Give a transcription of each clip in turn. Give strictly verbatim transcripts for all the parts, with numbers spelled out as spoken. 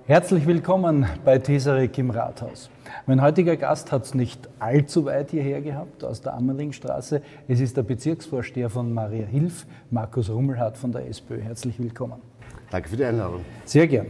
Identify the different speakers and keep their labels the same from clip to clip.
Speaker 1: Herzlich willkommen bei Teserek im Rathaus. Mein heutiger Gast hat es nicht allzu weit hierher gehabt, aus der Ammerlingstraße. Es ist der Bezirksvorsteher von Maria Hilf, Markus Rummelhardt von der SPÖ. Herzlich willkommen.
Speaker 2: Danke für die Einladung.
Speaker 1: Sehr gern.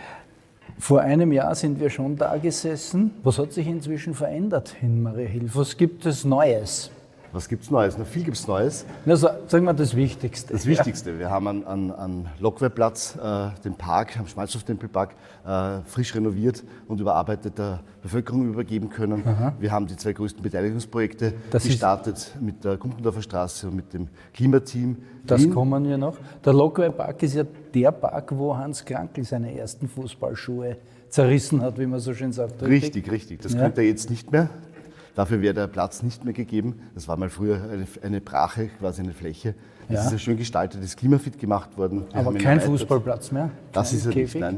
Speaker 1: Vor einem Jahr sind wir schon da gesessen. Was hat sich inzwischen verändert in Maria Hilf? Was gibt es Neues?
Speaker 2: Was gibt es Neues? Noch viel gibt es Neues.
Speaker 1: Na, so, sagen wir das Wichtigste.
Speaker 2: Das Wichtigste. Ja. Wir haben an, an, an Lokweiplatz äh, den Park, am Schmalzhof-Tempelpark, äh, frisch renoviert und überarbeitet der Bevölkerung übergeben können. Aha. Wir haben die zwei größten Beteiligungsprojekte das gestartet mit der Gumpendorfer Straße und mit dem Klimateam.
Speaker 1: Das Wien. Kommen wir noch. Der Lokweippark ist ja der Park, wo Hans Krankl seine ersten Fußballschuhe zerrissen hat, wie man so schön sagt.
Speaker 2: Richtig, richtig. richtig. Das ja. könnte er jetzt nicht mehr. Dafür wäre der Platz nicht mehr gegeben. Das war mal früher eine, eine Brache, quasi eine Fläche. Es ja. ist ein schön gestaltetes Klimafit gemacht worden.
Speaker 1: Wir Aber kein Fußballplatz mehr?
Speaker 2: Das kein ist er
Speaker 1: Käfig?
Speaker 2: nicht, nein.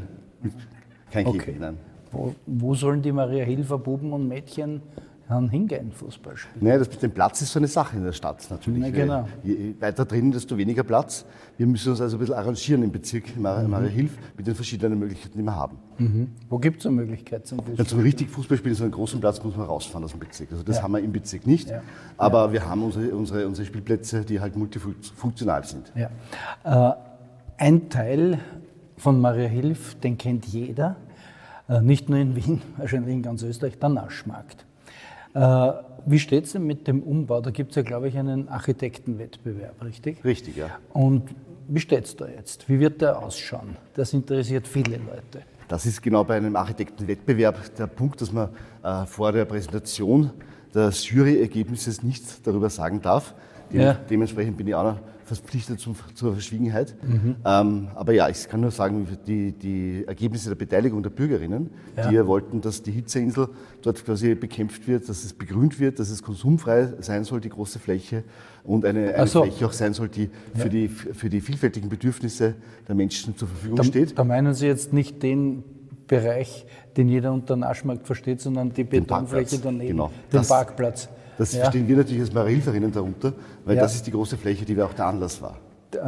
Speaker 2: Kein
Speaker 1: okay.
Speaker 2: Käfig, nein.
Speaker 1: Wo, wo sollen die Maria Hilfer Buben und Mädchen hingehen, Fußball spielen?
Speaker 2: Naja, das mit dem Platz ist so eine Sache in der Stadt natürlich.
Speaker 1: Na, genau.
Speaker 2: Je weiter drinnen, desto weniger Platz. Wir müssen uns also ein bisschen arrangieren im Bezirk Maria, Maria Hilf mit den verschiedenen Möglichkeiten, die wir haben.
Speaker 1: Mhm. Wo gibt es eine Möglichkeit zum Fußball?
Speaker 2: Ja, zum richtig Fußball spielen, so einen großen Platz muss man rausfahren aus dem Bezirk. Also das ja. haben wir im Bezirk nicht. Ja. Aber ja. wir haben unsere, unsere, unsere Spielplätze, die halt multifunktional sind.
Speaker 1: Ja. Äh, ein Teil von Maria Hilf, den kennt jeder, äh, nicht nur in Wien, wahrscheinlich in ganz Österreich, der Naschmarkt. Äh, wie steht es denn mit dem Umbau? Da gibt es ja, glaube ich, einen Architektenwettbewerb, richtig?
Speaker 2: Richtig, ja.
Speaker 1: Und wie steht es da jetzt? Wie wird der ausschauen? Das interessiert viele Leute.
Speaker 2: Das ist genau bei einem Architektenwettbewerb der Punkt, dass man äh, vor der Präsentation des Juryergebnisses nichts darüber sagen darf. Dem, ja. Dementsprechend bin ich auch noch verpflichtet zum, zur Verschwiegenheit. Mhm. Ähm, aber ja, ich kann nur sagen, die, die Ergebnisse der Beteiligung der Bürgerinnen, ja. die ja wollten, dass die Hitzeinsel dort quasi bekämpft wird, dass es begrünt wird, dass es konsumfrei sein soll, die große Fläche, und eine, eine so. Fläche auch sein soll, die für, ja. die für die vielfältigen Bedürfnisse der Menschen zur Verfügung
Speaker 1: da,
Speaker 2: steht.
Speaker 1: Da meinen Sie jetzt nicht den Bereich, den jeder unter Naschmarkt versteht, sondern die Betonfläche daneben,
Speaker 2: genau.
Speaker 1: den
Speaker 2: das,
Speaker 1: Parkplatz.
Speaker 2: Das
Speaker 1: ja.
Speaker 2: verstehen wir natürlich als Maria Hilferinnen darunter, weil ja. das ist die große Fläche, die auch der Anlass war.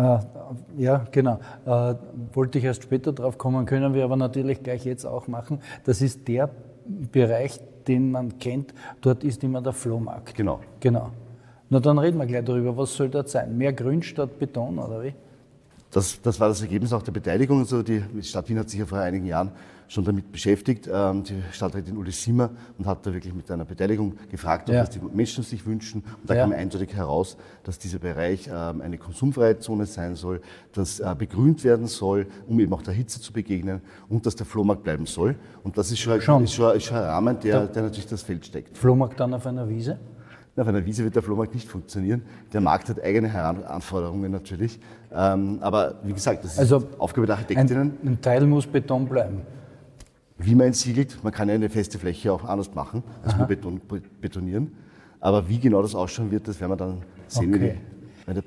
Speaker 1: Äh, ja, genau. Äh, wollte ich erst später drauf kommen, können wir aber natürlich gleich jetzt auch machen. Das ist der Bereich, den man kennt. Dort ist immer der Flohmarkt.
Speaker 2: Genau.
Speaker 1: Genau. Na, dann reden wir gleich darüber. Was soll dort sein? Mehr Grün statt Beton, oder wie?
Speaker 2: Das, das war das Ergebnis auch der Beteiligung. Also die Stadt Wien hat sich ja vor einigen Jahren schon damit beschäftigt, ähm, die Stadträtin Uli Simmer, und hat da wirklich mit einer Beteiligung gefragt, ob ja. das die Menschen sich wünschen. Und da ja. kam eindeutig heraus, dass dieser Bereich ähm, eine konsumfreie Zone sein soll, dass äh, begrünt werden soll, um eben auch der Hitze zu begegnen, und dass der Flohmarkt bleiben soll. Und das ist schon, schon. Ist schon, ist schon ein Rahmen, der, der natürlich das Feld steckt.
Speaker 1: Flohmarkt dann auf einer Wiese?
Speaker 2: Auf einer Wiese wird der Flohmarkt nicht funktionieren. Der Markt hat eigene Anforderungen natürlich. Ähm, aber wie gesagt, das ist
Speaker 1: also
Speaker 2: Aufgabe der Architektinnen.
Speaker 1: Ein, ein Teil muss Beton bleiben.
Speaker 2: Wie man entsiegelt, man kann ja eine feste Fläche auch anders machen, als nur Beton, betonieren. Aber wie genau das ausschauen wird, das werden wir dann sehen.
Speaker 1: Okay. Die,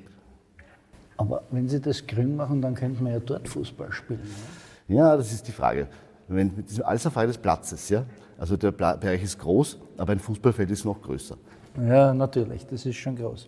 Speaker 1: aber wenn Sie das grün machen, dann könnte man ja dort Fußball spielen. Oder?
Speaker 2: Ja, das ist die Frage. Wenn, mit diesem alles Frage des Platzes, ja? Also der Bereich ist groß, aber ein Fußballfeld ist noch größer.
Speaker 1: Ja, natürlich, das ist schon groß.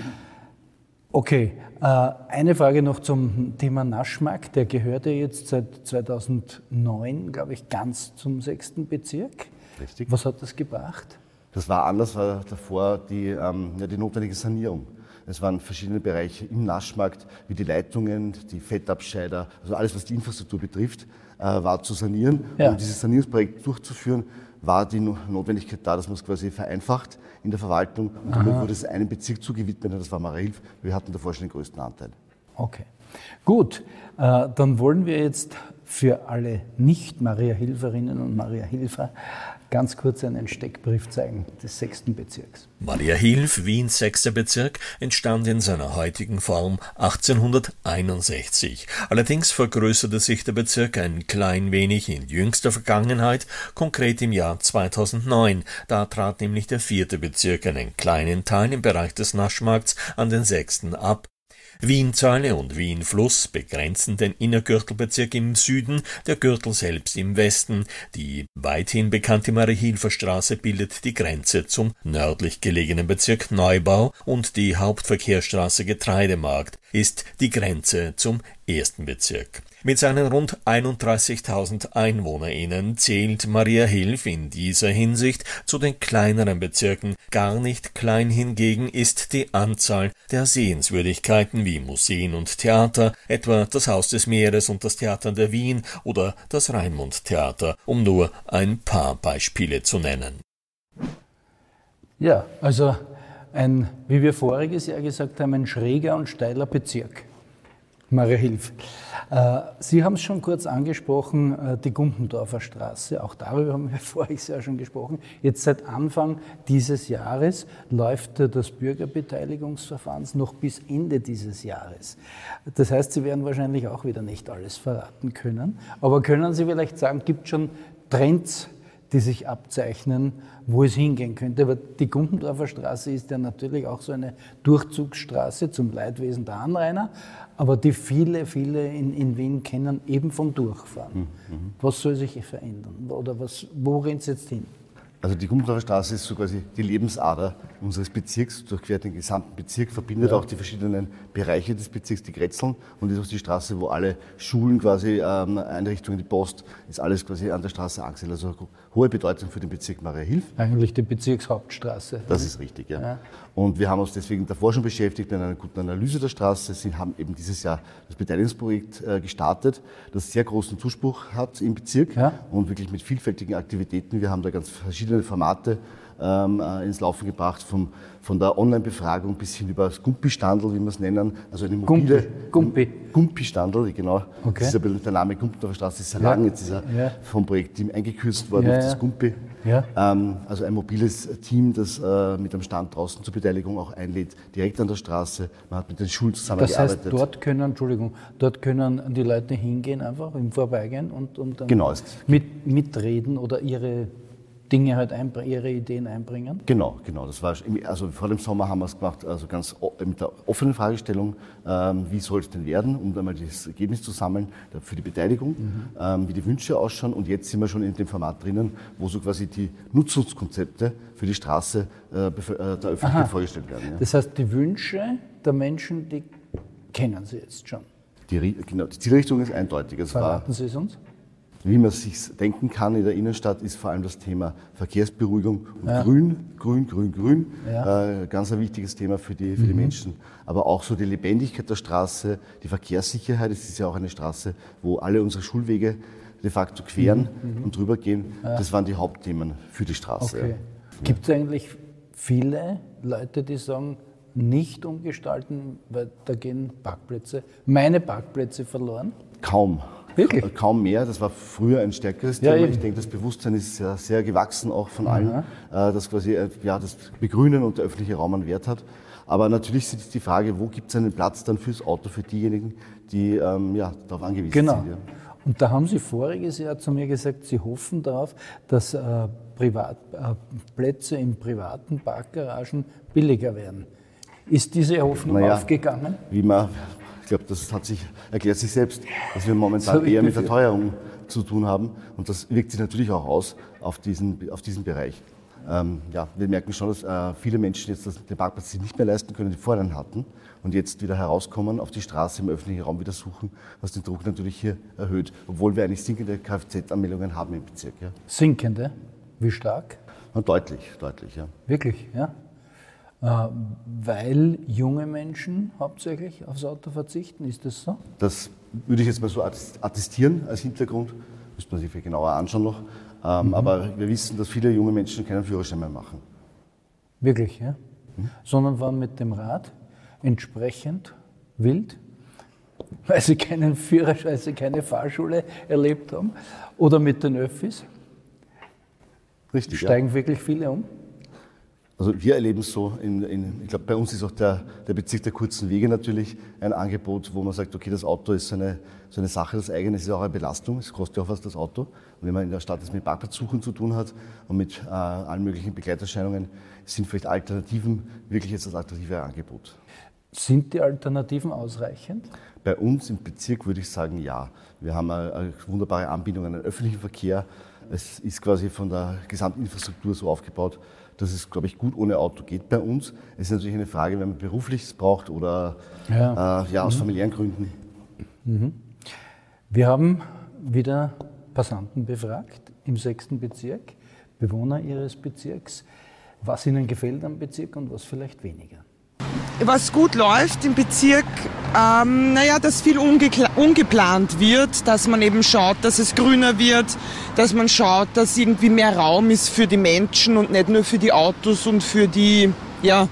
Speaker 1: Okay, äh, eine Frage noch zum Thema Naschmarkt. Der gehört ja jetzt seit zweitausendneun, glaube ich, ganz zum sechsten Bezirk.
Speaker 2: Richtig.
Speaker 1: Was hat das gebracht?
Speaker 2: Das war anders, war davor die, ähm, ja, die notwendige Sanierung. Es waren verschiedene Bereiche im Naschmarkt, wie die Leitungen, die Fettabscheider, also alles, was die Infrastruktur betrifft, äh, war zu sanieren. Ja. Um dieses Sanierungsprojekt durchzuführen, war die Notwendigkeit da, dass man es quasi vereinfacht in der Verwaltung. Und damit wurde es einem Bezirk zugewidmet, das war Maria Hilf. Wir hatten davor schon den größten Anteil.
Speaker 1: Okay, gut. Äh, dann wollen wir jetzt für alle Nicht-Maria-Hilferinnen und Maria-Hilfer ganz kurz einen Steckbrief zeigen des sechsten Bezirks.
Speaker 3: Maria Hilf, Wiens sechster Bezirk, entstand in seiner heutigen Form achtzehnhunderteinundsechzig. Allerdings vergrößerte sich der Bezirk ein klein wenig in jüngster Vergangenheit, konkret im Jahr zweitausendneun. Da trat nämlich der vierte Bezirk einen kleinen Teil im Bereich des Naschmarkts an den sechsten ab. Wienzeile und Wienfluss begrenzen den Innergürtelbezirk im Süden, der Gürtel selbst im Westen. Die weithin bekannte Maria-Hilfer Straße bildet die Grenze zum nördlich gelegenen Bezirk Neubau und die Hauptverkehrsstraße Getreidemarkt. ist die Grenze zum ersten Bezirk. Mit seinen rund einunddreißigtausend EinwohnerInnen zählt Mariahilf in dieser Hinsicht zu den kleineren Bezirken. Gar nicht klein hingegen ist die Anzahl der Sehenswürdigkeiten wie Museen und Theater, etwa das Haus des Meeres und das Theater der Wien oder das Raimund-Theater, um nur ein paar Beispiele zu nennen.
Speaker 1: Ja, also ein, wie wir voriges Jahr gesagt haben, ein schräger und steiler Bezirk. Mariahilf. Sie haben es schon kurz angesprochen, die Gumpendorfer Straße, auch darüber haben wir voriges Jahr schon gesprochen. Jetzt seit Anfang dieses Jahres läuft das Bürgerbeteiligungsverfahren noch bis Ende dieses Jahres. Das heißt, Sie werden wahrscheinlich auch wieder nicht alles verraten können. Aber können Sie vielleicht sagen, gibt es schon Trends, die sich abzeichnen, wo es hingehen könnte? Aber die Gumpendorfer Straße ist ja natürlich auch so eine Durchzugsstraße zum Leidwesen der Anrainer, aber die viele, viele in, in Wien kennen eben vom Durchfahren. Mhm. Was soll sich verändern? Oder was, wo rennt es jetzt hin?
Speaker 2: Also die Gumpendorfer Straße ist so quasi die Lebensader unseres Bezirks, durchquert den gesamten Bezirk, verbindet ja auch die verschiedenen Bereiche des Bezirks, die Grätzeln, und ist auch die Straße, wo alle Schulen quasi, ähm, Einrichtungen, die Post, ist alles quasi an der Straße angesiedelt. Also hohe Bedeutung für den Bezirk Mariahilf.
Speaker 1: Eigentlich die Bezirkshauptstraße.
Speaker 2: Das ist richtig, ja.
Speaker 1: ja.
Speaker 2: Und wir haben uns deswegen davor schon beschäftigt mit einer guten Analyse der Straße. Sie haben eben dieses Jahr das Beteiligungsprojekt äh, gestartet, das sehr großen Zuspruch hat im Bezirk ja. und wirklich mit vielfältigen Aktivitäten. Wir haben da ganz verschiedene Formate ähm, äh, ins Laufen gebracht, vom, von der Online-Befragung bis hin über das Gumpi-Standel, wie wir es nennen, also eine mobile
Speaker 1: Gumpi.
Speaker 2: Gumpi-Standel, genau.
Speaker 1: Okay.
Speaker 2: Das ist ein bisschen, der Name Gumpendorfer Straße ist sehr
Speaker 1: ja.
Speaker 2: lang, jetzt ist er ja. vom Projektteam eingekürzt worden
Speaker 1: ja,
Speaker 2: auf das Gumpi.
Speaker 1: Ja.
Speaker 2: Ähm, also ein mobiles Team, das äh, mit einem Stand draußen zur Beteiligung auch einlädt, direkt an der Straße. Man hat mit den Schulen zusammengearbeitet.
Speaker 1: Das heißt, dort können, Entschuldigung, dort können die Leute hingehen, einfach im Vorbeigehen und, und dann
Speaker 2: genau,
Speaker 1: mit, mitreden oder ihre Dinge halt einbringen, ihre Ideen einbringen?
Speaker 2: Genau, genau. Das war, also vor dem Sommer haben wir es gemacht, also ganz mit der offenen Fragestellung, ähm, wie soll es denn werden, um einmal das Ergebnis zu sammeln für die Beteiligung, mhm. ähm, wie die Wünsche ausschauen. Und jetzt sind wir schon in dem Format drinnen, wo so quasi die Nutzungskonzepte für die Straße äh, der Öffentlichkeit Aha. vorgestellt werden. Ja.
Speaker 1: Das heißt, die Wünsche der Menschen, die kennen Sie jetzt schon?
Speaker 2: Die, genau, die Zielrichtung ist eindeutig. Es
Speaker 1: Verraten
Speaker 2: war,
Speaker 1: Sie es uns?
Speaker 2: Wie man es sich denken kann in der Innenstadt, ist vor allem das Thema Verkehrsberuhigung und
Speaker 1: ja.
Speaker 2: Grün, Grün, Grün, Grün.
Speaker 1: Ja.
Speaker 2: Äh, ganz ein wichtiges Thema für die, für mhm. die Menschen. Aber auch so die Lebendigkeit der Straße, die Verkehrssicherheit. Es ist ja auch eine Straße, wo alle unsere Schulwege de facto queren mhm. und drüber gehen. Ja. Das waren die Hauptthemen für die Straße.
Speaker 1: Okay. Ja. Gibt es eigentlich viele Leute, die sagen, nicht umgestalten, weil da gehen Parkplätze, meine Parkplätze verloren?
Speaker 2: Kaum.
Speaker 1: Wirklich?
Speaker 2: Kaum mehr. Das war früher ein stärkeres
Speaker 1: ja,
Speaker 2: Thema.
Speaker 1: Eben.
Speaker 2: Ich denke, das Bewusstsein ist sehr, sehr gewachsen, auch von allen, äh, dass quasi ja, das Begrünen und der öffentliche Raum einen Wert hat. Aber natürlich ist die Frage, wo gibt es einen Platz dann fürs Auto für diejenigen, die ähm, ja, darauf angewiesen
Speaker 1: genau.
Speaker 2: sind. Ja.
Speaker 1: Und da haben Sie voriges Jahr zu mir gesagt, Sie hoffen darauf, dass äh, Privat, äh, Plätze in privaten Parkgaragen billiger werden. Ist diese Hoffnung naja, aufgegangen?
Speaker 2: Wie man, ich glaube, das hat sich, erklärt sich selbst, dass wir momentan eher mit Verteuerung zu tun haben. Und das wirkt sich natürlich auch aus auf diesen, auf diesen Bereich. Ähm, ja, wir merken schon, dass äh, viele Menschen jetzt das, den Parkplatz sich nicht mehr leisten können, die vorher hatten und jetzt wieder herauskommen, auf die Straße im öffentlichen Raum wieder suchen, was den Druck natürlich hier erhöht, obwohl wir eigentlich sinkende Kfz-Anmeldungen haben im Bezirk. Ja.
Speaker 1: Sinkende? Wie stark?
Speaker 2: Ja, deutlich, deutlich, ja.
Speaker 1: Wirklich, ja? Äh, weil junge Menschen hauptsächlich aufs Auto verzichten, ist das so?
Speaker 2: Das würde ich jetzt mal so attestieren als Hintergrund, müsste man sich viel genauer anschauen noch. Ähm, mhm. Aber wir wissen, dass viele junge Menschen keinen Führerschein mehr machen.
Speaker 1: Wirklich, ja? Mhm. Sondern fahren mit dem Rad entsprechend wild, weil sie keinen Führerschein, weil sie keine Fahrschule erlebt haben, oder mit den Öffis.
Speaker 2: Richtig,
Speaker 1: Steigen
Speaker 2: ja.
Speaker 1: wirklich viele um?
Speaker 2: Also wir erleben es so, in, in, ich glaube, bei uns ist auch der, der Bezirk der kurzen Wege natürlich ein Angebot, wo man sagt, okay, das Auto ist so eine, so eine Sache, das eigene ist ja auch eine Belastung, es kostet ja auch was, das Auto. Und wenn man in der Stadt das mit Parkplatzsuchen zu tun hat und mit äh, allen möglichen Begleiterscheinungen, sind vielleicht Alternativen wirklich jetzt das attraktive Angebot.
Speaker 1: Sind die Alternativen ausreichend?
Speaker 2: Bei uns im Bezirk würde ich sagen, ja. Wir haben eine, eine wunderbare Anbindung an den öffentlichen Verkehr. Es ist quasi von der Gesamtinfrastruktur so aufgebaut, dass es, glaube ich, gut ohne Auto geht bei uns. Es ist natürlich eine Frage, wenn man beruflich braucht oder ja. Äh, ja, aus mhm. familiären Gründen.
Speaker 1: Mhm. Wir haben wieder Passanten befragt im sechsten Bezirk, Bewohner ihres Bezirks, was ihnen gefällt am Bezirk und was vielleicht weniger.
Speaker 4: Was gut läuft im Bezirk, ähm, naja, dass viel ungeplant wird, dass man eben schaut, dass es grüner wird, dass man schaut, dass irgendwie mehr Raum ist für die Menschen und nicht nur für die Autos und für die, ja,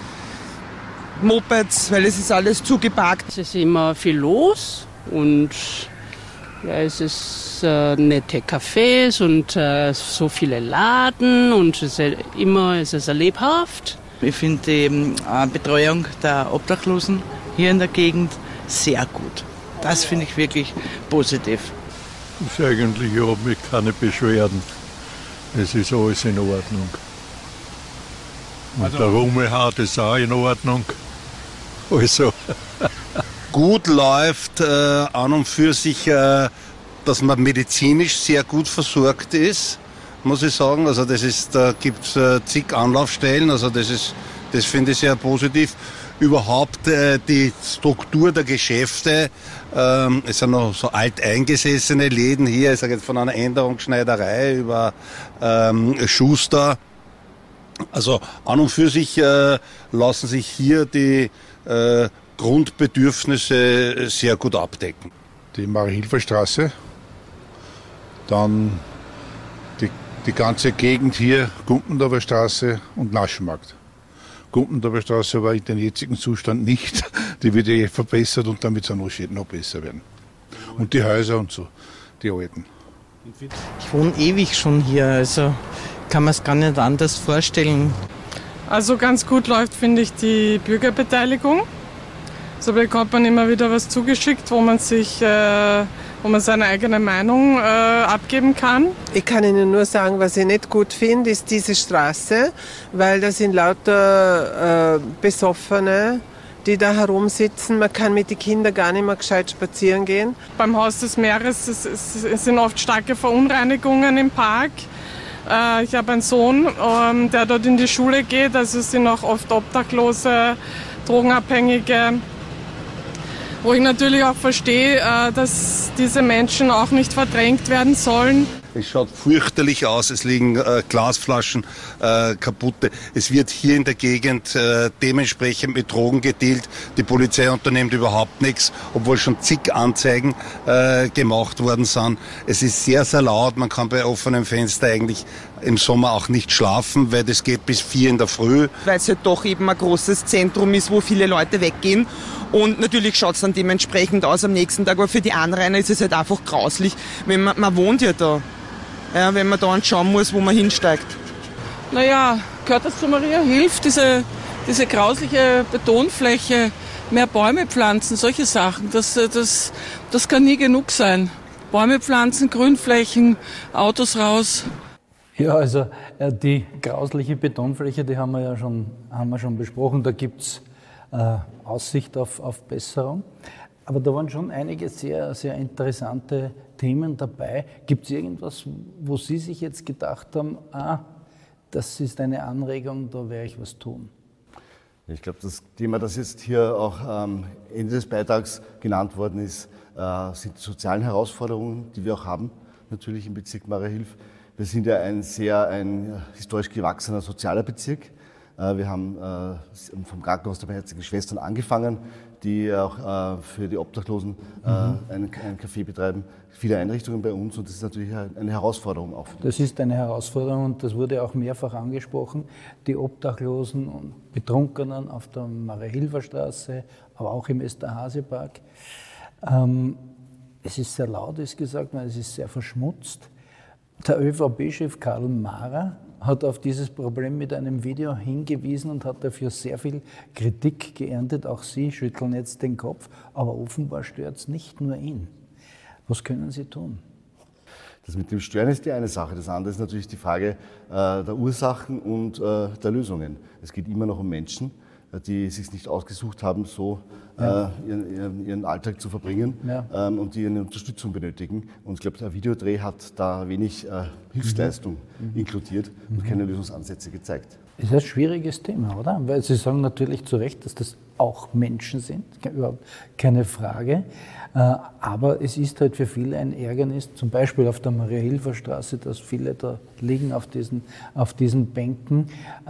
Speaker 4: Mopeds, weil es ist alles zugeparkt.
Speaker 5: Es ist immer viel los und ja, es ist äh, nette Cafés und äh, so viele Laden und es ist immer es ist lebhaft.
Speaker 6: Ich finde die äh, Betreuung der Obdachlosen hier in der Gegend sehr gut. Das finde ich wirklich positiv.
Speaker 7: Ich eigentlich habe mich keine Beschwerden. Es ist alles in Ordnung. Und also, der Rummelhaut ist auch in Ordnung. Also.
Speaker 8: Gut läuft äh, an und für sich, äh, dass man medizinisch sehr gut versorgt ist, muss ich sagen. Also das ist, da gibt es äh, zig Anlaufstellen, also das ist, das finde ich sehr positiv. Überhaupt äh, die Struktur der Geschäfte, ähm, es sind noch so alteingesessene Läden hier, ich sage jetzt von einer Änderungsschneiderei über ähm, Schuster. Also an und für sich äh, lassen sich hier die äh, Grundbedürfnisse sehr gut abdecken.
Speaker 9: Die Marie-Hilfer-Straße, dann die, die ganze Gegend hier, Gumpendorfer Straße und Naschenmarkt. Gumpendorfer Straße war in dem jetzigen Zustand nicht, die wird ja verbessert und damit soll noch besser werden. Und die Häuser und so, die alten.
Speaker 6: Ich wohne ewig schon hier, also kann man es gar nicht anders vorstellen.
Speaker 10: Also ganz gut läuft, finde ich, die Bürgerbeteiligung. So bekommt man immer wieder was zugeschickt, wo man sich, äh, wo man seine eigene Meinung äh, abgeben kann.
Speaker 11: Ich kann Ihnen nur sagen, was ich nicht gut finde, ist diese Straße, weil da sind lauter äh, Besoffene, die da herumsitzen. Man kann mit den Kindern gar nicht mehr gescheit spazieren gehen.
Speaker 10: Beim Haus des Meeres es, es, es sind oft starke Verunreinigungen im Park. Äh, ich habe einen Sohn, ähm, der dort in die Schule geht, also es sind auch oft Obdachlose, Drogenabhängige. Wo ich natürlich auch verstehe, dass diese Menschen auch nicht verdrängt werden sollen.
Speaker 8: Es schaut fürchterlich aus, es liegen äh, Glasflaschen äh, kaputte. Es wird hier in der Gegend äh, dementsprechend mit Drogen gedealt. Die Polizei unternimmt überhaupt nichts, obwohl schon zig Anzeigen äh, gemacht worden sind. Es ist sehr, sehr laut, man kann bei offenem Fenster eigentlich im Sommer auch nicht schlafen, weil das geht bis vier in der Früh.
Speaker 4: Weil es halt doch eben ein großes Zentrum ist, wo viele Leute weggehen. Und natürlich schaut es dann dementsprechend aus am nächsten Tag, aber für die Anrainer ist es halt einfach grauslich, wenn man, man wohnt ja da. Ja, wenn man da schauen muss, wo man hinsteigt.
Speaker 12: Naja, gehört das zu Maria Hilf, diese, diese grausliche Betonfläche, mehr Bäume pflanzen, solche Sachen, das, das, das kann nie genug sein. Bäume pflanzen, Grünflächen, Autos raus.
Speaker 1: Ja, also die grausliche Betonfläche, die haben wir ja schon, haben wir schon besprochen, da gibt es äh, Aussicht auf, auf Besserung. Aber da waren schon einige sehr, sehr interessante Themen dabei. Gibt es irgendwas, wo Sie sich jetzt gedacht haben, ah, das ist eine Anregung, da werde ich was tun?
Speaker 2: Ich glaube, das Thema, das jetzt hier auch am Ende des Beitrags genannt worden ist, äh, sind die sozialen Herausforderungen, die wir auch haben, natürlich im Bezirk Maria Hilf. Wir sind ja ein sehr ein historisch gewachsener sozialer Bezirk. Wir haben äh, vom Krankenhaus der Barmherzigen Schwestern angefangen, die auch äh, für die Obdachlosen äh, mhm. einen, einen Café betreiben. Viele Einrichtungen bei uns und das ist natürlich eine Herausforderung auch.
Speaker 1: Das ist eine Herausforderung und das wurde auch mehrfach angesprochen. Die Obdachlosen und Betrunkenen auf der Maria-Hilfer-Straße, aber auch im Esterhazy-Park. Ähm, es ist sehr laut, ist gesagt, weil es ist sehr verschmutzt. Der ÖVP-Chef Karl Mahrer hat auf dieses Problem mit einem Video hingewiesen und hat dafür sehr viel Kritik geerntet. Auch Sie schütteln jetzt den Kopf, aber offenbar stört es nicht nur ihn. Was können Sie tun?
Speaker 2: Das mit dem Stören ist die eine Sache. Das andere ist natürlich die Frage äh, der Ursachen und äh, der Lösungen. Es geht immer noch um Menschen. die es sich nicht ausgesucht haben, so ja. äh, ihren, ihren, ihren Alltag zu verbringen ja. ähm, und die eine Unterstützung benötigen. Und ich glaube, der Videodreh hat da wenig äh, Hilfsleistung mhm. inkludiert und mhm. keine Lösungsansätze gezeigt.
Speaker 1: Das ist ein schwieriges Thema, oder? Weil Sie sagen natürlich zu Recht, dass das auch Menschen sind, überhaupt keine Frage. Aber es ist halt für viele ein Ärgernis, zum Beispiel auf der Maria-Hilfer-Straße, dass viele da liegen auf diesen, auf diesen Bänken.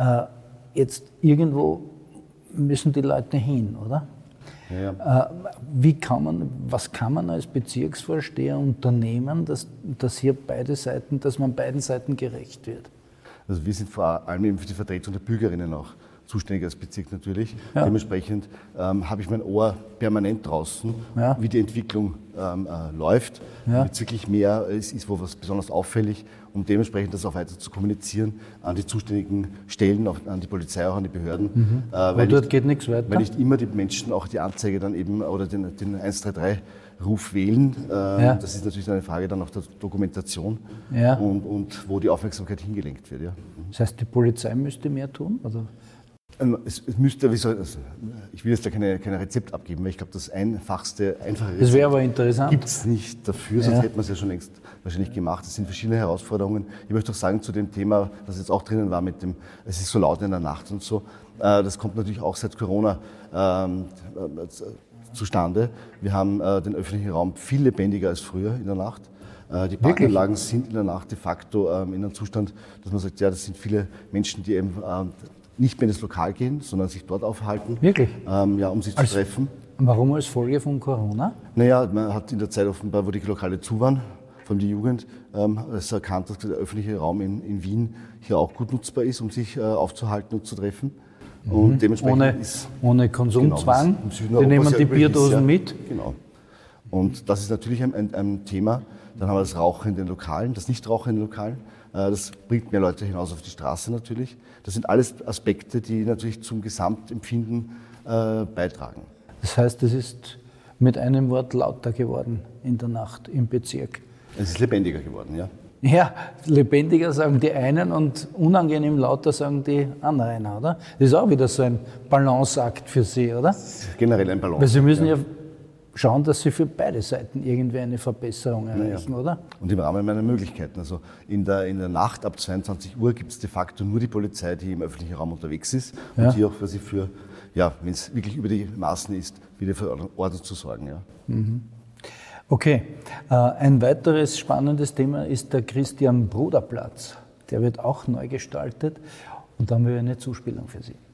Speaker 1: Jetzt irgendwo müssen die Leute hin, oder? Ja, ja. Wie kann man, was kann man als Bezirksvorsteher unternehmen, dass, dass hier beide Seiten, dass man beiden Seiten gerecht wird?
Speaker 2: Also wir sind vor allem eben für die Vertretung der Bürgerinnen auch zuständig als Bezirk natürlich. Ja. Dementsprechend ähm, habe ich mein Ohr permanent draußen, ja. wie die Entwicklung ähm, äh, läuft, ja. damit es wirklich mehr ist, ist, wo was besonders auffällig, um dementsprechend das auch weiter zu kommunizieren an die zuständigen Stellen, auch an die Polizei, auch an die Behörden.
Speaker 1: Mhm. Äh, weil dort nicht, geht nichts weiter?
Speaker 2: Weil nicht immer die Menschen auch die Anzeige dann eben oder den, den eins drei drei Ruf wählen. Ähm, ja. Das ist natürlich eine Frage dann auch der Dokumentation ja. und, und wo die Aufmerksamkeit hingelenkt wird. Ja.
Speaker 1: Das heißt, die Polizei müsste mehr tun? Oder?
Speaker 2: Es, es müsste, wie soll, also ich will jetzt da keine, kein Rezept abgeben, weil ich glaube, das einfachste, einfache Rezept
Speaker 1: das wäre aber interessant.
Speaker 2: Gibt es nicht dafür, sonst ja. hätte man es ja schon längst wahrscheinlich gemacht. Es sind verschiedene Herausforderungen. Ich möchte auch sagen zu dem Thema, das jetzt auch drinnen war mit dem, es ist so laut in der Nacht und so, äh, das kommt natürlich auch seit Corona ähm, äh, zustande. Wir haben äh, den öffentlichen Raum viel lebendiger als früher in der Nacht. Äh, die Parkanlagen sind in der Nacht de facto ähm, in einem Zustand, dass man sagt, ja, das sind viele Menschen, die eben äh, nicht mehr in das Lokal gehen, sondern sich dort aufhalten.
Speaker 1: Wirklich?
Speaker 2: Ähm, ja, um sie
Speaker 1: als,
Speaker 2: zu treffen.
Speaker 1: Warum als Folge von Corona?
Speaker 2: Naja, man hat in der Zeit offenbar, wo die Lokale zu waren, vor allem die Jugend, ähm, es erkannt, dass der öffentliche Raum in, in Wien hier auch gut nutzbar ist, um sich äh, aufzuhalten und zu treffen.
Speaker 1: Mhm.
Speaker 2: Und dementsprechend
Speaker 1: ohne,
Speaker 2: ist,
Speaker 1: ohne Konsumzwang,
Speaker 2: genau,
Speaker 1: die nehmen die Bierdosen
Speaker 2: ist, ja,
Speaker 1: mit.
Speaker 2: Genau. Und das ist natürlich ein, ein, ein Thema. Dann haben wir das Rauchen in den Lokalen, das Nichtrauchen in den Lokalen. Das bringt mehr Leute hinaus auf die Straße natürlich. Das sind alles Aspekte, die natürlich zum Gesamtempfinden äh, beitragen.
Speaker 1: Das heißt, es ist mit einem Wort lauter geworden in der Nacht im Bezirk.
Speaker 2: Es ist lebendiger geworden, ja.
Speaker 1: Ja, lebendiger sagen die einen und unangenehm lauter sagen die anderen, oder? Das ist auch wieder so ein Balanceakt für Sie, oder?
Speaker 2: Generell ein Balance.
Speaker 1: Weil Sie müssen ja, ja schauen, dass Sie für beide Seiten irgendwie eine Verbesserung erreichen, naja. oder?
Speaker 2: Und im Rahmen meiner Möglichkeiten. Also in der, in der Nacht ab zweiundzwanzig Uhr gibt es de facto nur die Polizei, die im öffentlichen Raum unterwegs ist und ja. die auch quasi für, ja, wenn es wirklich über die Maßen ist, wieder für Ordnung zu sorgen. Ja.
Speaker 1: Mhm. Okay, ein weiteres spannendes Thema ist der Christian-Bruder-Platz. Der wird auch neu gestaltet und da haben wir eine Zuspielung für Sie.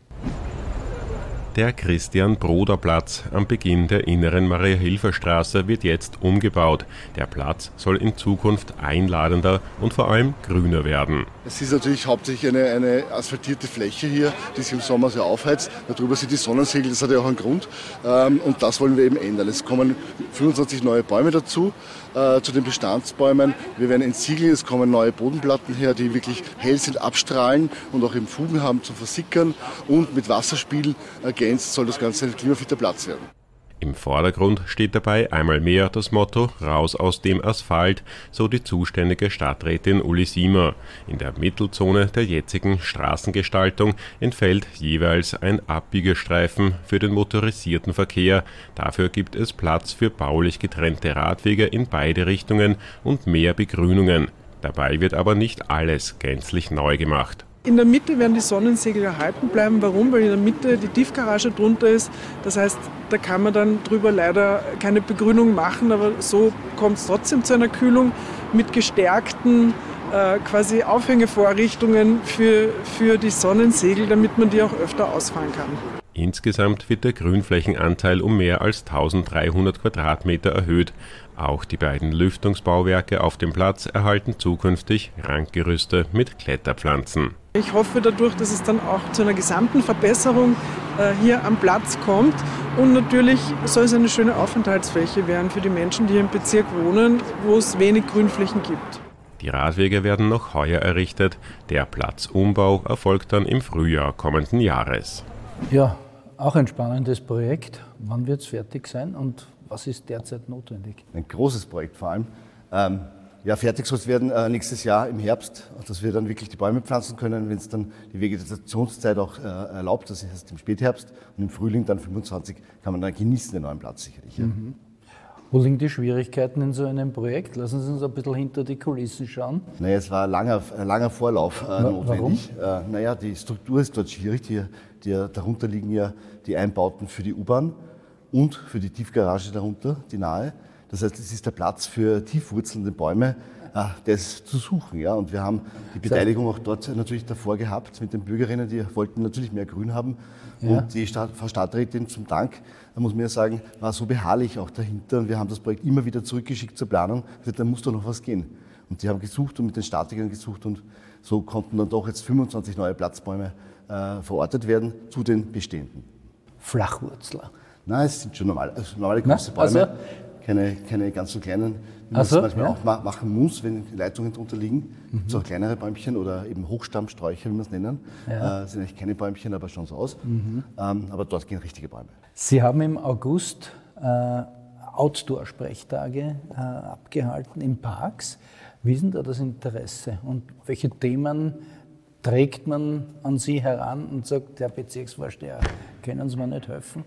Speaker 13: Der Christian-Broder-Platz am Beginn der inneren Maria-Hilfer-Straße wird jetzt umgebaut. Der Platz soll in Zukunft einladender und vor allem grüner werden.
Speaker 14: Es ist natürlich hauptsächlich eine, eine asphaltierte Fläche hier, die sich im Sommer sehr aufheizt. Darüber sind die Sonnensegel, das hat ja auch einen Grund. Und das wollen wir eben ändern. Es kommen fünfundzwanzig neue Bäume dazu, äh, zu den Bestandsbäumen. Wir werden entsiegeln, es kommen neue Bodenplatten her, die wirklich hell sind, abstrahlen und auch eben Fugen haben zum Versickern. Und mit Wasserspiel ergänzt soll das Ganze ein klimafitter Platz werden.
Speaker 13: Im Vordergrund steht dabei einmal mehr das Motto »Raus aus dem Asphalt«, so die zuständige Stadträtin Uli Siemer. In der Mittelzone der jetzigen Straßengestaltung entfällt jeweils ein Abbiegestreifen für den motorisierten Verkehr. Dafür gibt es Platz für baulich getrennte Radwege in beide Richtungen und mehr Begrünungen. Dabei wird aber nicht alles gänzlich neu gemacht.
Speaker 15: In der Mitte werden die Sonnensegel erhalten bleiben. Warum? Weil in der Mitte die Tiefgarage drunter ist. Das heißt, da kann man dann drüber leider keine Begrünung machen, aber so kommt es trotzdem zu einer Kühlung mit gestärkten äh, quasi Aufhängevorrichtungen für, für die Sonnensegel, damit man die auch öfter ausfahren kann.
Speaker 13: Insgesamt wird der Grünflächenanteil um mehr als eintausenddreihundert Quadratmeter erhöht. Auch die beiden Lüftungsbauwerke auf dem Platz erhalten zukünftig Rankgerüste mit Kletterpflanzen.
Speaker 15: Ich hoffe dadurch, dass es dann auch zu einer gesamten Verbesserung äh, hier am Platz kommt. Und natürlich soll es eine schöne Aufenthaltsfläche werden für die Menschen, die hier im Bezirk wohnen, wo es wenig Grünflächen gibt.
Speaker 13: Die Radwege werden noch heuer errichtet. Der Platzumbau erfolgt dann im Frühjahr kommenden Jahres.
Speaker 1: Ja, auch ein spannendes Projekt. Wann wird es fertig sein und was ist derzeit notwendig?
Speaker 2: Ein großes Projekt vor allem. Ähm, Ja, fertig soll es werden äh, nächstes Jahr im Herbst, dass wir dann wirklich die Bäume pflanzen können, wenn es dann die Vegetationszeit auch äh, erlaubt, das heißt im Spätherbst und im Frühling dann fünfundzwanzig kann man dann genießen den neuen Platz sicherlich. Ja.
Speaker 1: Mhm. Wo liegen die Schwierigkeiten in so einem Projekt? Lassen Sie uns ein bisschen hinter die Kulissen schauen.
Speaker 2: Naja, es war ein langer, ein langer Vorlauf äh, notwendig.
Speaker 1: Warum?
Speaker 2: Äh, naja, die Struktur ist dort schwierig. Die, die, darunter liegen ja die Einbauten für die U-Bahn und für die Tiefgarage darunter, die nahe. Das heißt, es ist der Platz für tiefwurzelnde Bäume, äh, der ist zu suchen. Ja? Und wir haben die Beteiligung auch dort natürlich davor gehabt mit den Bürgerinnen, die wollten natürlich mehr Grün haben. Ja. Und die Stadt, Frau Stadträtin zum Dank, da muss man ja sagen, war so beharrlich auch dahinter. Und wir haben das Projekt immer wieder zurückgeschickt zur Planung. Gesagt, da muss doch noch was gehen. Und die haben gesucht und mit den Statikern gesucht und so konnten dann doch jetzt fünfundzwanzig neue Platzbäume äh, verortet werden zu den bestehenden.
Speaker 1: Flachwurzler?
Speaker 2: Nein, es sind schon normale, also normale große Bäume. Also? Keine, keine ganz so kleinen, wie man es
Speaker 1: also,
Speaker 2: manchmal
Speaker 1: ja.
Speaker 2: auch ma- machen muss, wenn Leitungen drunter liegen.
Speaker 1: Mhm.
Speaker 2: So kleinere Bäumchen oder eben Hochstammsträucher, wie wir es nennen.
Speaker 1: Ja.
Speaker 2: Äh, sind eigentlich keine Bäumchen, aber schon so aus.
Speaker 1: Mhm.
Speaker 2: Ähm, aber dort gehen richtige Bäume.
Speaker 1: Sie haben im August äh, Outdoor-Sprechtage äh, abgehalten in Parks. Wie ist denn da das Interesse und welche Themen trägt man an Sie heran und sagt, der Bezirksvorsteher, können Sie mir nicht helfen?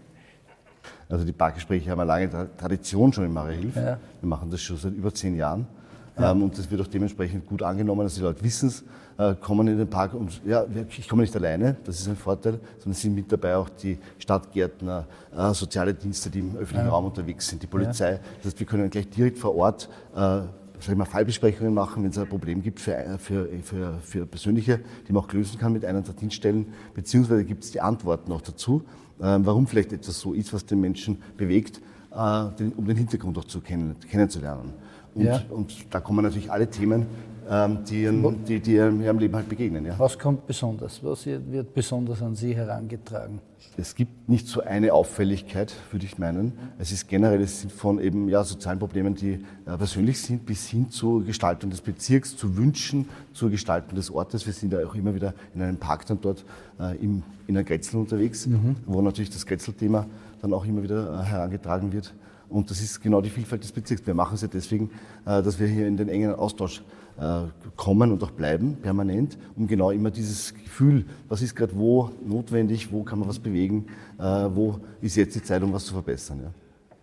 Speaker 2: Also die Parkgespräche haben eine lange Tra- Tradition schon in Mariahilf.
Speaker 1: Ja.
Speaker 2: Wir machen das schon seit über zehn Jahren.
Speaker 1: Ja.
Speaker 2: Ähm, und das wird auch dementsprechend gut angenommen. Also die Leute wissen es, äh, kommen in den Park und ja, ich komme nicht alleine, das ist ein Vorteil, sondern es sind mit dabei auch die Stadtgärtner, äh, soziale Dienste, die im öffentlichen
Speaker 1: Ja.
Speaker 2: Raum unterwegs sind, die Polizei. Das heißt, wir können gleich direkt vor Ort äh, sag ich mal, Fallbesprechungen machen, wenn es ein Problem gibt für, für, für, für Persönliche, die man auch lösen kann mit einer der Dienststellen, beziehungsweise gibt es die Antworten auch dazu, äh, warum vielleicht etwas so ist, was den Menschen bewegt, äh, den, um den Hintergrund auch zu kennen, kennenzulernen. Und,
Speaker 1: Ja.
Speaker 2: und da kommen natürlich alle Themen, ähm, die, die, die ihrem Leben halt begegnen. Ja.
Speaker 1: Was kommt besonders? Was wird besonders an Sie herangetragen?
Speaker 2: Es gibt nicht so eine Auffälligkeit, würde ich meinen. Es ist generell, es sind von eben ja, sozialen Problemen, die äh, persönlich sind, bis hin zur Gestaltung des Bezirks, zu Wünschen, zur Gestaltung des Ortes. Wir sind ja auch immer wieder in einem Park dann dort äh, im, in der Grätzl unterwegs,
Speaker 1: Mhm.
Speaker 2: wo natürlich das Grätzl-Thema dann auch immer wieder äh, herangetragen wird. Und das ist genau die Vielfalt des Bezirks. Wir machen es ja deswegen, äh, dass wir hier in den engen Austausch äh, kommen und auch bleiben, permanent, um genau immer dieses Gefühl, was ist gerade wo notwendig, wo kann man was bewegen, äh, wo ist jetzt die Zeit, um was zu verbessern. Ja.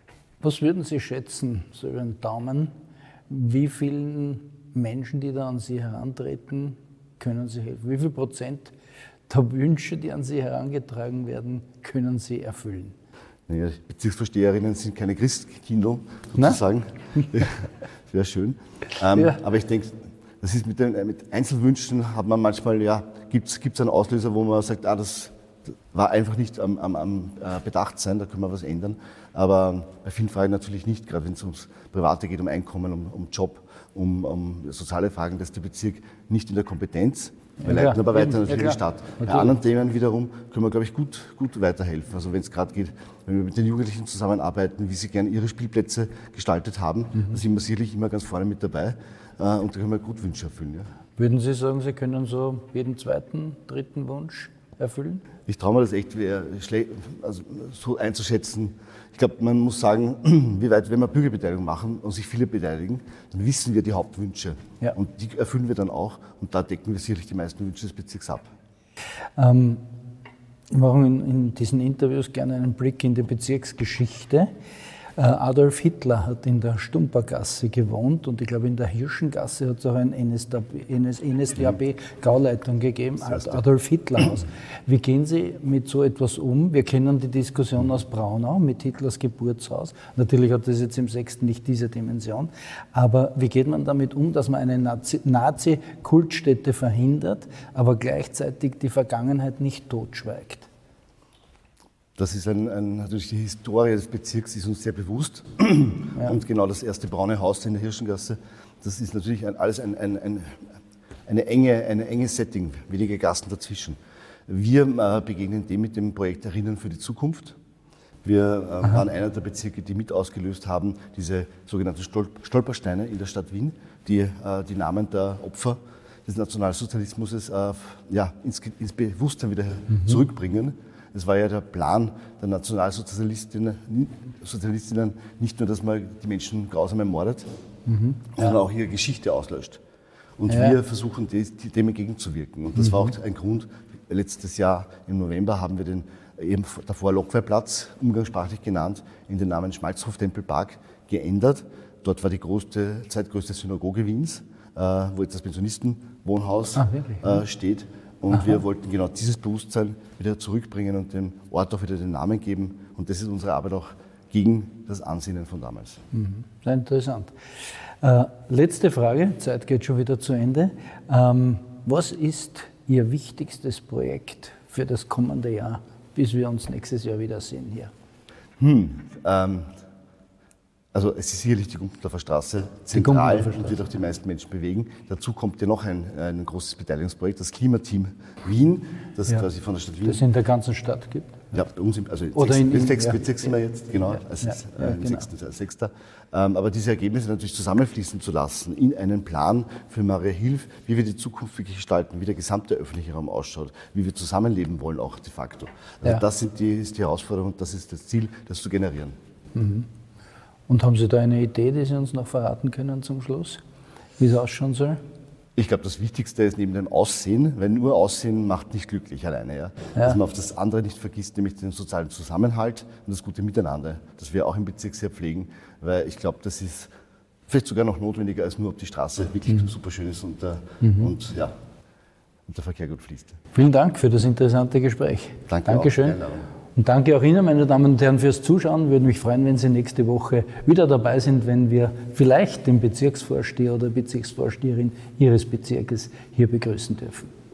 Speaker 1: Was würden Sie schätzen, so über den Daumen, wie vielen Menschen, die da an Sie herantreten, können Sie helfen? Wie viel Prozent der Wünsche, die an Sie herangetragen werden, können Sie erfüllen?
Speaker 2: Naja, Bezirksvorsteherinnen sind keine Christkindl, sozusagen. Das wäre schön. Ähm,
Speaker 1: Ja.
Speaker 2: Aber ich denke, das ist mit, den, mit Einzelwünschen hat man manchmal, ja, gibt es einen Auslöser, wo man sagt, ah, das war einfach nicht am, am, am äh, Bedachtsein, da können wir was ändern. Aber bei vielen Fragen natürlich nicht, gerade wenn es ums Private geht, um Einkommen, um, um Job, um, um soziale Fragen, das ist der Bezirk nicht in der Kompetenz. Wir
Speaker 1: Ja,
Speaker 2: leiten
Speaker 1: klar.
Speaker 2: aber weiter
Speaker 1: Eben,
Speaker 2: natürlich
Speaker 1: ja,
Speaker 2: die
Speaker 1: klar.
Speaker 2: Stadt. Bei
Speaker 1: Natürlich.
Speaker 2: anderen Themen wiederum können wir, glaube ich, gut, gut weiterhelfen. Also wenn es gerade geht, wenn wir mit den Jugendlichen zusammenarbeiten, wie sie gerne ihre Spielplätze gestaltet haben,
Speaker 1: Mhm.
Speaker 2: da sind wir sicherlich immer ganz vorne mit dabei. Äh, Und da können wir gut Wünsche erfüllen. Ja.
Speaker 1: Würden Sie sagen, Sie können so jeden zweiten, dritten Wunsch erfüllen?
Speaker 2: Ich traue mir das echt schwer, schle- also so einzuschätzen. Ich glaube, man muss sagen, wie weit, wenn wir Bürgerbeteiligung machen und sich viele beteiligen, dann wissen wir die Hauptwünsche.
Speaker 1: Ja.
Speaker 2: Und die erfüllen wir dann auch. Und da decken wir sicherlich die meisten Wünsche des Bezirks ab.
Speaker 1: Ähm, wir machen in, in diesen Interviews gerne einen Blick in die Bezirksgeschichte. Äh, Adolf Hitler hat in der Stumpergasse gewohnt und ich glaube in der Hirschengasse hat es auch ein N S D A B-Gauleitung gegeben,
Speaker 2: Das heißt,
Speaker 1: Adolf Hitler Haus. Wie gehen Sie mit so etwas um? Wir kennen die Diskussion aus Braunau mit Hitlers Geburtshaus. Natürlich hat das jetzt im Sechsten nicht diese Dimension. Aber wie geht man damit um, dass man eine Nazi- Nazi-Kultstätte verhindert, aber gleichzeitig die Vergangenheit nicht totschweigt?
Speaker 2: Das ist ein, ein, natürlich die Historie des Bezirks ist uns sehr bewusst.
Speaker 1: Ja.
Speaker 2: Und genau das erste braune Haus in der Hirschengasse, das ist natürlich ein, alles ein, ein, ein, eine, enge, eine enge Setting, wenige Gassen dazwischen. Wir äh, begegnen dem mit dem Projekt Erinnern für die Zukunft. Wir äh, waren einer der Bezirke, die mit ausgelöst haben, diese sogenannten Stol- Stolpersteine in der Stadt Wien, die äh, die Namen der Opfer des Nationalsozialismus äh, ja, ins, ins Bewusstsein wieder
Speaker 1: Mhm.
Speaker 2: zurückbringen. Es war ja der Plan der Nationalsozialistinnen Sozialistinnen, nicht nur, dass man die Menschen grausam ermordet, mhm. sondern ja. auch ihre Geschichte auslöscht. Und ja. wir versuchen, dem entgegenzuwirken. Und das mhm. war auch ein Grund, letztes Jahr im November haben wir den eben davor Lokweiplatz, umgangssprachlich genannt, in den Namen Schmalzhof-Tempelpark geändert. Dort war die größte, zweitgrößte Synagoge Wiens, äh, wo jetzt das Pensionistenwohnhaus ah, äh, steht. Und Aha. wir wollten genau dieses Bewusstsein wieder zurückbringen und dem Ort auch wieder den Namen geben. Und das ist unsere Arbeit auch gegen das Ansinnen von damals.
Speaker 1: Mhm. Sehr interessant. Äh, letzte Frage, Zeit geht schon wieder zu Ende. Ähm, was ist Ihr wichtigstes Projekt für das kommende Jahr, bis wir uns nächstes Jahr wiedersehen hier?
Speaker 2: Hm, ähm, also es ist sicherlich die Gumpendorfer Straße zentral und wird auch die meisten Menschen bewegen. Dazu kommt ja noch ein, ein großes Beteiligungsprojekt, das Klimateam Wien, das ja. quasi von der Stadt Wien...
Speaker 1: Das es in der ganzen Stadt gibt?
Speaker 2: Ja, bei uns, im, also
Speaker 1: Oder
Speaker 2: sechs,
Speaker 1: in, in
Speaker 2: sechs
Speaker 1: ja.
Speaker 2: Bezirk sind wir jetzt, genau,
Speaker 1: ja.
Speaker 2: als,
Speaker 1: ja.
Speaker 2: äh,
Speaker 1: ja, genau.
Speaker 2: sechsten, als Sechster. Ähm, aber diese Ergebnisse natürlich zusammenfließen zu lassen in einen Plan für Maria Hilf, wie wir die Zukunft wirklich gestalten, wie der gesamte öffentliche Raum ausschaut, wie wir zusammenleben wollen auch de facto. Also ja. das sind die, ist die Herausforderung und das ist das Ziel, das zu generieren.
Speaker 1: Mhm. Und haben Sie da eine Idee, die Sie uns noch verraten können zum Schluss, wie es ausschauen soll?
Speaker 2: Ich glaube, das Wichtigste ist neben dem Aussehen, weil nur Aussehen macht nicht glücklich alleine. Ja? Ja. Dass man auf das andere nicht vergisst, nämlich den sozialen Zusammenhalt und das gute Miteinander, das wir auch im Bezirk sehr pflegen, weil ich glaube, das ist vielleicht sogar noch notwendiger, als nur ob die Straße wirklich mhm. super schön ist und, der, mhm. und, ja, und der Verkehr gut fließt.
Speaker 1: Vielen Dank für das interessante Gespräch.
Speaker 2: Danke
Speaker 1: Dankeschön. Und danke auch Ihnen, meine Damen und Herren, fürs Zuschauen. Würde mich freuen, wenn Sie nächste Woche wieder dabei sind, wenn wir vielleicht den Bezirksvorsteher oder Bezirksvorsteherin Ihres Bezirkes hier begrüßen dürfen.